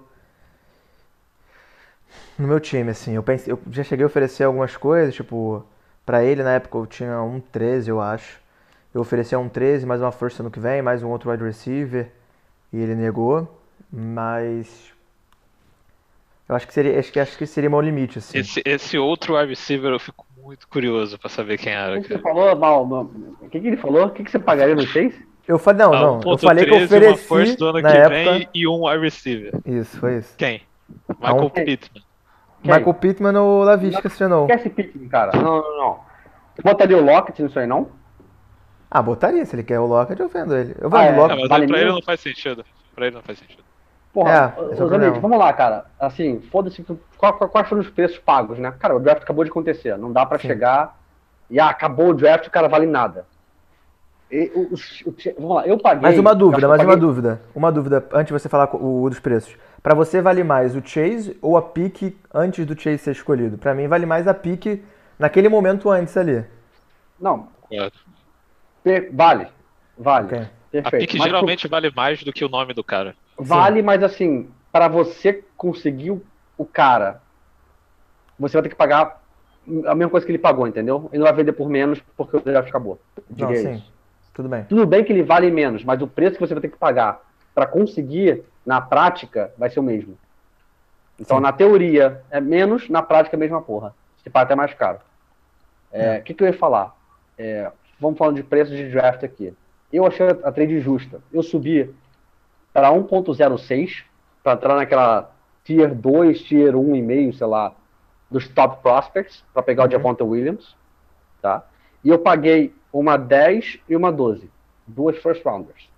no meu time, assim. Eu pensei, eu já cheguei a oferecer algumas coisas, tipo, pra ele na época eu tinha um treze, eu acho. Eu ofereci um treze, mais uma first ano que vem, mais um outro wide receiver, e ele negou, mas eu acho que seria, acho que, acho que seria meu limite, assim. Esse, esse outro wide receiver eu fico muito curioso pra saber quem O era, que, que você cara. falou, Mal? Mal- O que, que ele falou? O que, que você pagaria no Chase? Eu falei, não, Ah, não, eu falei que eu um ponto treze, uma first ofereci do ano na que época. vem e um wide receiver. Isso, foi isso. Quem? Ah, um- Michael Pittman. Quem? Michael Pittman ou Laviska se não. Esquece Pittman, cara. Não, não, não. Você botaria o Lockett nisso aí, não? Ah, botaria, se ele quer o Lockett, eu vendo ele. Eu vendo Ah, o é? Ah, Lockett. mas Vale aí pra ele menos? não faz sentido. Pra ele não faz sentido. Porra, É, ô, esse é o ô, problema. Zanetti, vamos lá, cara. Assim, foda-se, que- qual- qual- quais foram os preços pagos, né? Cara, o draft acabou de acontecer. Não dá pra Sim. chegar e, ah, acabou o draft, o cara vale nada. E, o- o- o- vamos lá, eu paguei... Mais uma eu acho dúvida, que eu mais uma paguei- dúvida. Uma dúvida antes de você falar o, o dos preços. Pra você vale mais o Chase ou a pique antes do Chase ser escolhido? Pra mim vale mais a pique naquele momento antes ali. Não, Correto. per- vale. Vale. Ok. A Perfeito. pique Mas geralmente vale mais do que o nome do cara. vale, mas assim, para você conseguir o, o cara, você vai ter que pagar a mesma coisa que ele pagou, entendeu? Ele não vai vender por menos porque o draft acabou. Eu Não, diria sim. isso. Tudo bem. Tudo bem que ele vale menos, mas o preço que você vai ter que pagar para conseguir, na prática, vai ser o mesmo. Então, Sim. na teoria é menos, na prática é a mesma porra. Você paga até mais caro. O é, que, que eu ia falar? É, vamos falando de preço de draft aqui. Eu achei a trade justa. Eu subi para um ponto zero seis, para entrar naquela tier dois, tier um e meio, sei lá, dos top prospects, para pegar Uhum. o Javonte Williams. Tá? E eu paguei uma dez e uma doze. Duas first rounders.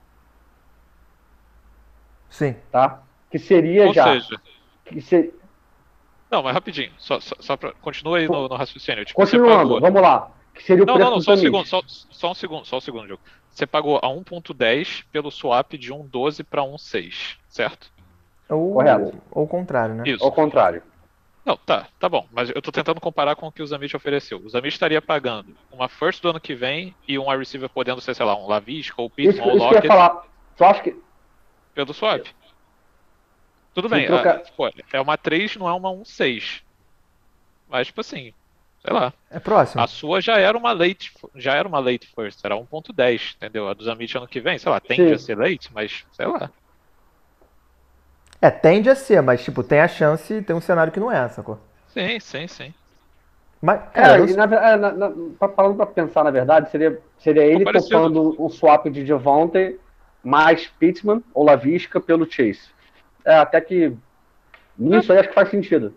Sim. Tá? Que seria Ou já. seja, Que ser... não, mas rapidinho, só, só, só pra. Continua aí no, no raciocínio. Tipo, Continuando, você pagou. vamos lá. Que seria o Não, preço não, não, do só um Tamir. segundo, só, só um segundo, só um segundo, Diogo. Você pagou a um ponto dez pelo swap de um ponto doze para um ponto seis, certo? Ou, Correto. ou o contrário, né? Isso. Ao contrário. Não, tá, tá bom, mas eu tô tentando comparar com o que o Zamit ofereceu. O Zamit estaria pagando uma first do ano que vem e um wide receiver podendo ser, sei lá, um Laviska ou Isso, Pittman ou isso que eu ia Lockett falar. Só acho que. pelo swap. Tudo Se bem, trocar- a- pô, é uma três, não é uma um ponto seis. Mas, tipo assim, sei lá. É próximo. A sua já era uma late, já era uma late first, era um ponto dez, entendeu? A do Zamit ano que vem, sei lá, tende Sim. a ser late, mas sei lá. É, tende a ser, mas tipo, tem a chance, tem um cenário que não é, sacou? Sim, sim, sim. Mas, cara, É, eu- e na, ver- é, na, na, pra- parando pra pensar, na verdade, seria, seria ele parecido. topando um swap de Javonte mais Pittman ou Laviska pelo Chase. É, até que nisso aí acho que faz sentido.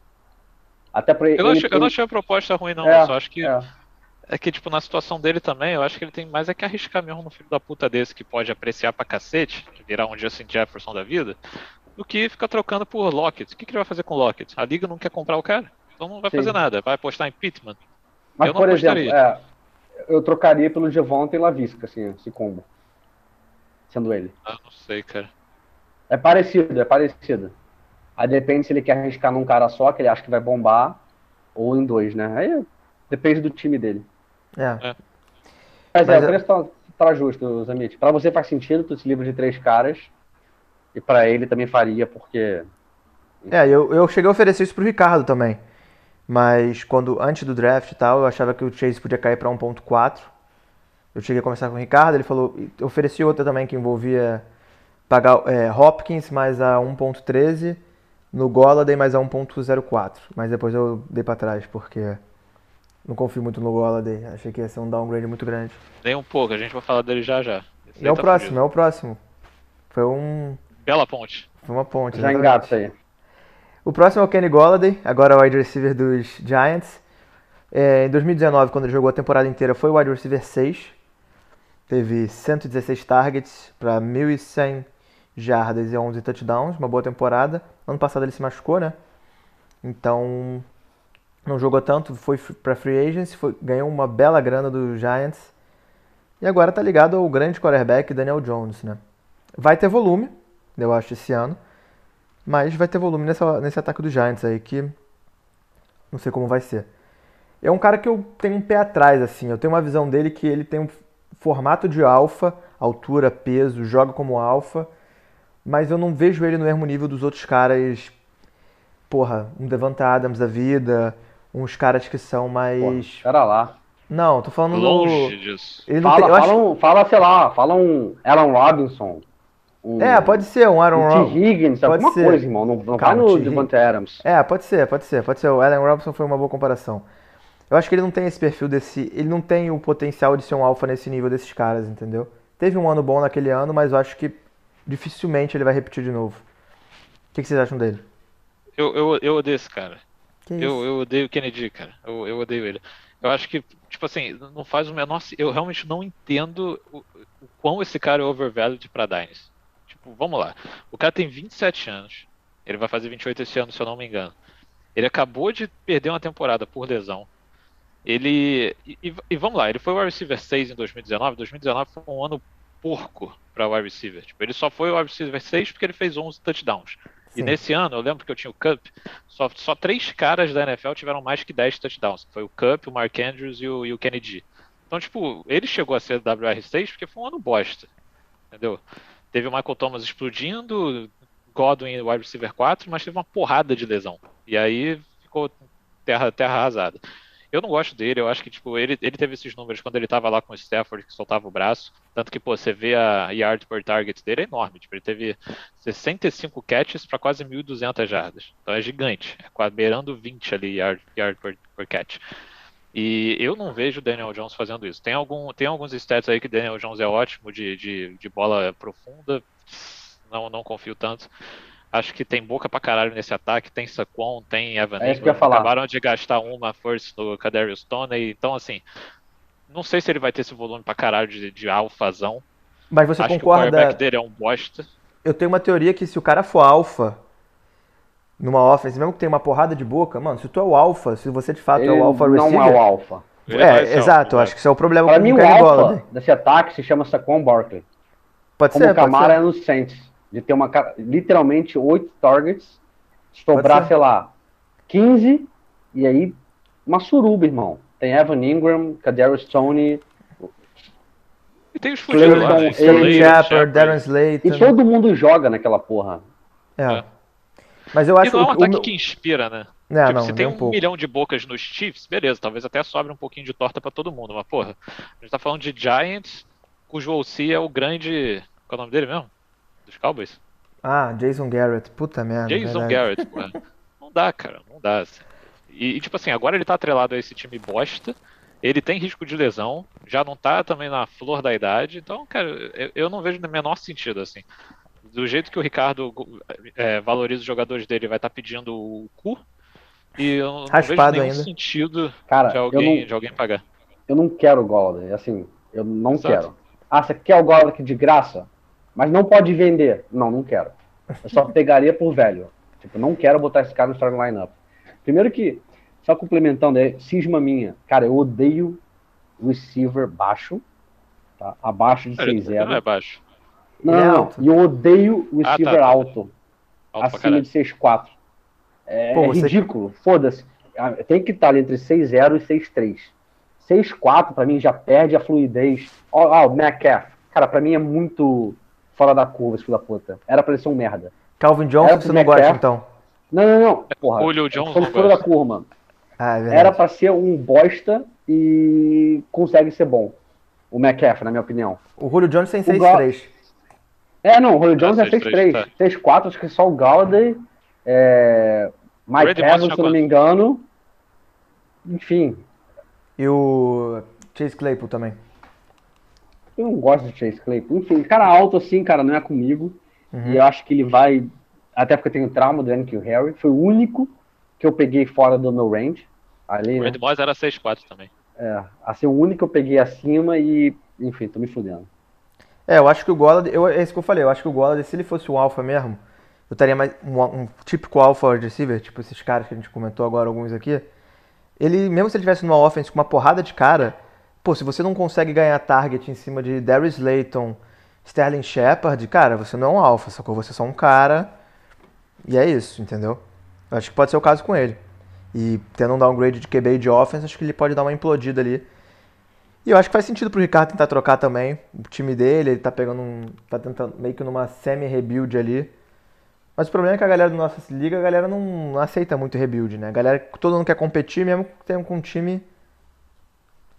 Até pra ele. Eu não, achei, eu não ele- achei a proposta ruim, não. é, Eu só acho que é. é que, tipo, na situação dele também, eu acho que ele tem mais é que arriscar mesmo no filho da puta desse que pode apreciar pra cacete, virar um Justin Jefferson da vida, do que ficar trocando por Lockett. O que, que ele vai fazer com o Lockett? A liga não quer comprar o cara, então não vai Sim. fazer nada. Vai apostar em Pittman? Mas, Eu não por exemplo, apostaria. é, eu trocaria pelo Javonte e Laviska, assim, esse combo. Sendo ele. Ah, não sei, cara. É parecido, é parecido. Aí depende se ele quer arriscar num cara só, que ele acha que vai bombar, ou em dois, né? Aí depende do time dele. é. Mas, Mas é, eu- o preço tá, tá justo, Zamit. Pra você faz sentido, tu se livra de três caras. E pra ele também faria, porque. É, eu, eu cheguei a oferecer isso pro Ricardo também. Mas quando, antes do draft e tal, eu achava que o Chase podia cair pra um ponto quatro. Eu cheguei a conversar com o Ricardo, ele falou, eu ofereci outra também que envolvia pagar é, Hopkins mais a um ponto treze, no Golladay mais a um ponto zero quatro. Mas depois eu dei pra trás, porque não confio muito no Golladay. Achei que ia ser um downgrade muito grande. Nem um pouco, a gente vai falar dele já já. Esse E aí é o tá próximo, fudido. é o próximo. Foi um. Bela ponte. Foi uma ponte. Já exatamente. engata isso aí. O próximo é o Kenny Golladay, agora o wide receiver dos Giants. É, em dois mil e dezenove, quando ele jogou a temporada inteira, foi o wide receiver seis. Teve cento e dezesseis targets para mil e cem jardas e onze touchdowns, uma boa temporada. Ano passado ele se machucou, né? Então não jogou tanto, foi para free agency, foi, ganhou uma bela grana do Giants. E agora tá ligado ao grande quarterback Daniel Jones, né? Vai ter volume, eu acho, esse ano. Mas vai ter volume nessa, nesse ataque do Giants aí, que não sei como vai ser. É um cara que eu tenho um pé atrás, assim. Eu tenho uma visão dele que ele tem um formato de alfa, altura, peso, joga como alfa, mas eu não vejo ele no mesmo nível dos outros caras. Porra, um Devonta Adams da vida, uns caras que são Pô, mais... pera lá. Não, tô falando Longe no... disso. Ele não tem... Fala, eu acho... fala, um, fala, sei lá, fala um Allen Robinson, É, um, pode ser um Aaron um T. Rodgers. Higgins, Pode alguma ser. coisa, irmão. Não, não vai Calma, no T. Devontae Higgins. Adams. É, pode ser, pode ser, pode ser. O Allen Robinson foi uma boa comparação. Eu acho que ele não tem esse perfil desse... Ele não tem o potencial de ser um alfa nesse nível desses caras, entendeu? Teve um ano bom naquele ano, mas eu acho que dificilmente ele vai repetir de novo. O que, que vocês acham dele? Eu, eu, eu odeio esse cara. Que Eu, isso? eu odeio o Kennedy, cara. Eu, eu odeio ele. Eu acho que, tipo assim, não faz o menor. se- Eu realmente não entendo o, o quão esse cara é overvalued pra Dynasty. Tipo, vamos lá. O cara tem vinte e sete anos. Ele vai fazer vinte e oito esse ano, se eu não me engano. Ele acabou de perder uma temporada por lesão. Ele. E, e- e vamos lá, ele foi o wide receiver seis em dois mil e dezenove. dois mil e dezenove foi um ano porco para wide receiver. Tipo, ele só foi o wide receiver seis porque ele fez onze touchdowns. E Sim. nesse ano, eu lembro que eu tinha o Cup, só, só três caras da N F L tiveram mais que dez touchdowns. Foi o Cup, o Mark Andrews e o, e o Kennedy. Então, tipo, ele chegou a ser W R seis porque foi um ano bosta. Entendeu? Teve o Michael Thomas explodindo, Godwin wide receiver quatro, mas teve uma porrada de lesão. E aí ficou terra, terra arrasada. Eu não gosto dele, eu acho que tipo, ele, ele teve esses números quando ele tava lá com o Stafford, que soltava o braço. Tanto que, pô, você vê a yard per target dele, é enorme. Tipo, ele teve sessenta e cinco catches para quase mil e duzentas jardas. Então é gigante, é quase beirando vinte ali yard, yard per, per catch. E eu não vejo o Daniel Jones fazendo isso. Tem, algum, tem alguns stats aí que Daniel Jones é ótimo de, de, de bola profunda. Não, não confio tanto. Acho que tem boca pra caralho nesse ataque. Tem Saquon, tem Evan É isso que eu ia Ingram. falar. Acabaram de gastar uma first no Kadarius Toney. Então, assim, não sei se ele vai ter esse volume pra caralho de, de alfazão. Mas você Acho que o quarterback concorda... dele é um bosta. Eu tenho uma teoria que se o cara for alfa numa offense, mesmo que tenha uma porrada de boca, mano, se tu é o alfa, se você de fato é Ele o alfa não receiver... é o alfa. Ele vai É, ser exato, eu alfa, acho que isso é o problema Pra com mim, o o Kenny alfa Golladay. desse ataque se chama Saquon Barkley. Pode Como ser, o pode Camara é ser. no Saints. De ter uma, ca- literalmente oito targets, sobrar, ser. sei lá, quinze, e aí uma suruba, irmão. Tem Evan Ingram, Kadarius Toney, E tem os fudidos lá, né? Clayton, Sterling Ele- Shepard, Shepard. Darren e Slayton. todo mundo joga naquela porra. É. É. Mas eu E acho não é um o, o ataque meu... que inspira, né? Não, Tipo, não, se nem tem um um pouco. milhão de bocas nos Chiefs, beleza, talvez até sobre um pouquinho de torta pra todo mundo, mas porra, a gente tá falando de Giants, cujo O C é o grande. Qual é o nome dele mesmo? Dos Cowboys? Ah, Jason Garrett. Puta merda, Jason verdade. Garrett, porra. Não dá, cara, não dá. Assim. E, e, tipo assim, agora ele tá atrelado a esse time bosta, ele tem risco de lesão, já não tá também na flor da idade, então, cara, eu, eu não vejo no menor sentido, assim. Do jeito que o Ricardo é, valoriza os jogadores dele, vai estar pedindo o cu. E eu não vejo Raspado nenhum ainda. sentido de Cara, eu alguém, não, de alguém pagar. eu não quero o Golladay, assim, eu não Exato. quero. Ah, você quer o Golladay aqui de graça? Mas não pode vender. Não, não quero. Eu só pegaria por velho. Tipo, não quero botar esse cara no starting lineup. Primeiro que, só complementando, é cisma minha. Cara, eu odeio receiver baixo, tá? Abaixo de Ele, seis ele não é zero. baixo. Não, Ele é não, não. alto. E eu odeio Ah, tá, receiver tá. alto, Alto pra acima caralho. de seis quatro. É, Pô, é você- ridículo. Foda-se. Ah, tem que estar ali entre seis zero e seis três. seis quatro, pra mim, já perde a fluidez. Ó, ah, o Metcalf. Cara, pra mim é muito fora da curva, esse filho da puta. Era pra ele ser um merda. Calvin Johnson Era você pro não gosta, Metcalf. então? Não, não, não. Porra. Julio é Jones falando não fora da gosta. curva. Ah, é verdade. Era pra ser um bosta e consegue ser bom. O Metcalf, na minha opinião. O Julio Jones tem O seis Ga- três. É, não, o Julio Jones é seis seis três, três. tá. seis quatro, acho que só o Galladay. É... Mike Brady Moss Evans, tinha se eu não me quanto? engano. Enfim, E o Chase Claypool também. eu não gosto de Chase Claypool. Enfim, cara alto assim, cara, não é comigo. Uhum. E eu acho que ele vai. Até porque eu tenho trauma do N Q Harry. Foi o único que eu peguei fora do meu range. Ali, O né? Randy Moss era seis quatro também. É, assim, o único que eu peguei acima e. Enfim, tô me fudendo. É, eu acho que o Golladay, eu, é isso que eu falei, eu acho que o Golladay, se ele fosse um alfa mesmo, eu estaria mais um, um típico alfa wide receiver, tipo esses caras que a gente comentou agora, alguns aqui. Ele, mesmo se ele tivesse numa offense com uma porrada de cara, pô, se você não consegue ganhar target em cima de Darius Slayton, Sterling Shepard, cara, você não é um alfa, sacou? Você é só um cara e é isso, entendeu? Eu acho que pode ser o caso com ele. E tendo um downgrade de Q B e de offense, acho que ele pode dar uma implodida ali. E eu acho que faz sentido pro Ricardo tentar trocar também o time dele, ele tá pegando um. Tá tentando meio que numa semi-rebuild ali. Mas o problema é que a galera da nossa liga, a galera não, não aceita muito rebuild, né? A galera, todo mundo quer competir, mesmo que tenha com um time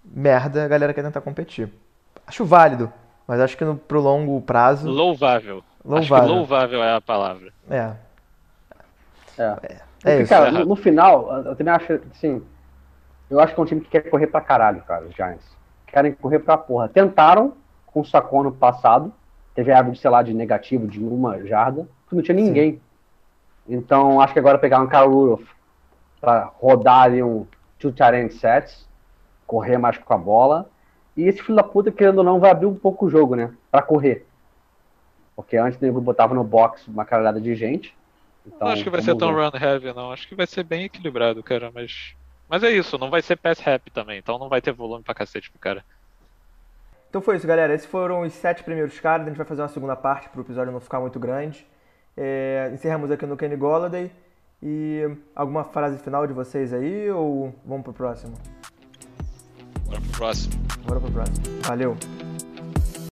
merda, a galera quer tentar competir. Acho válido, mas acho que no, pro longo prazo... Louvável. Louvável. Acho que louvável é a palavra. É. É. É Porque, isso. cara, É no, no final, eu também acho, assim, eu acho que é um time que quer correr pra caralho, cara, os Giants. Querem correr pra porra. Tentaram com o Saquon no passado, teve average, sei lá, de negativo de uma jarda, que não tinha ninguém. Sim. Então, acho que agora pegar um Kyle Rudolph pra rodar ali um two tight end sets, correr mais com a bola. E esse filho da puta, querendo ou não, vai abrir um pouco o jogo, né? Pra correr. Porque antes ele botava no box uma caralhada de gente. Então, não acho que vai ser tão run heavy, não. Acho que vai ser bem equilibrado, cara. Mas, mas é isso, não vai ser pass rap também. Então não vai ter volume pra cacete pro cara. Então foi isso, galera. Esses foram os sete primeiros caras. A gente vai fazer uma segunda parte pro episódio não ficar muito grande. É, encerramos aqui no Kenny Golladay. E alguma frase final de vocês aí ou vamos pro próximo? Bora pro próximo. Bora pro próximo. Valeu.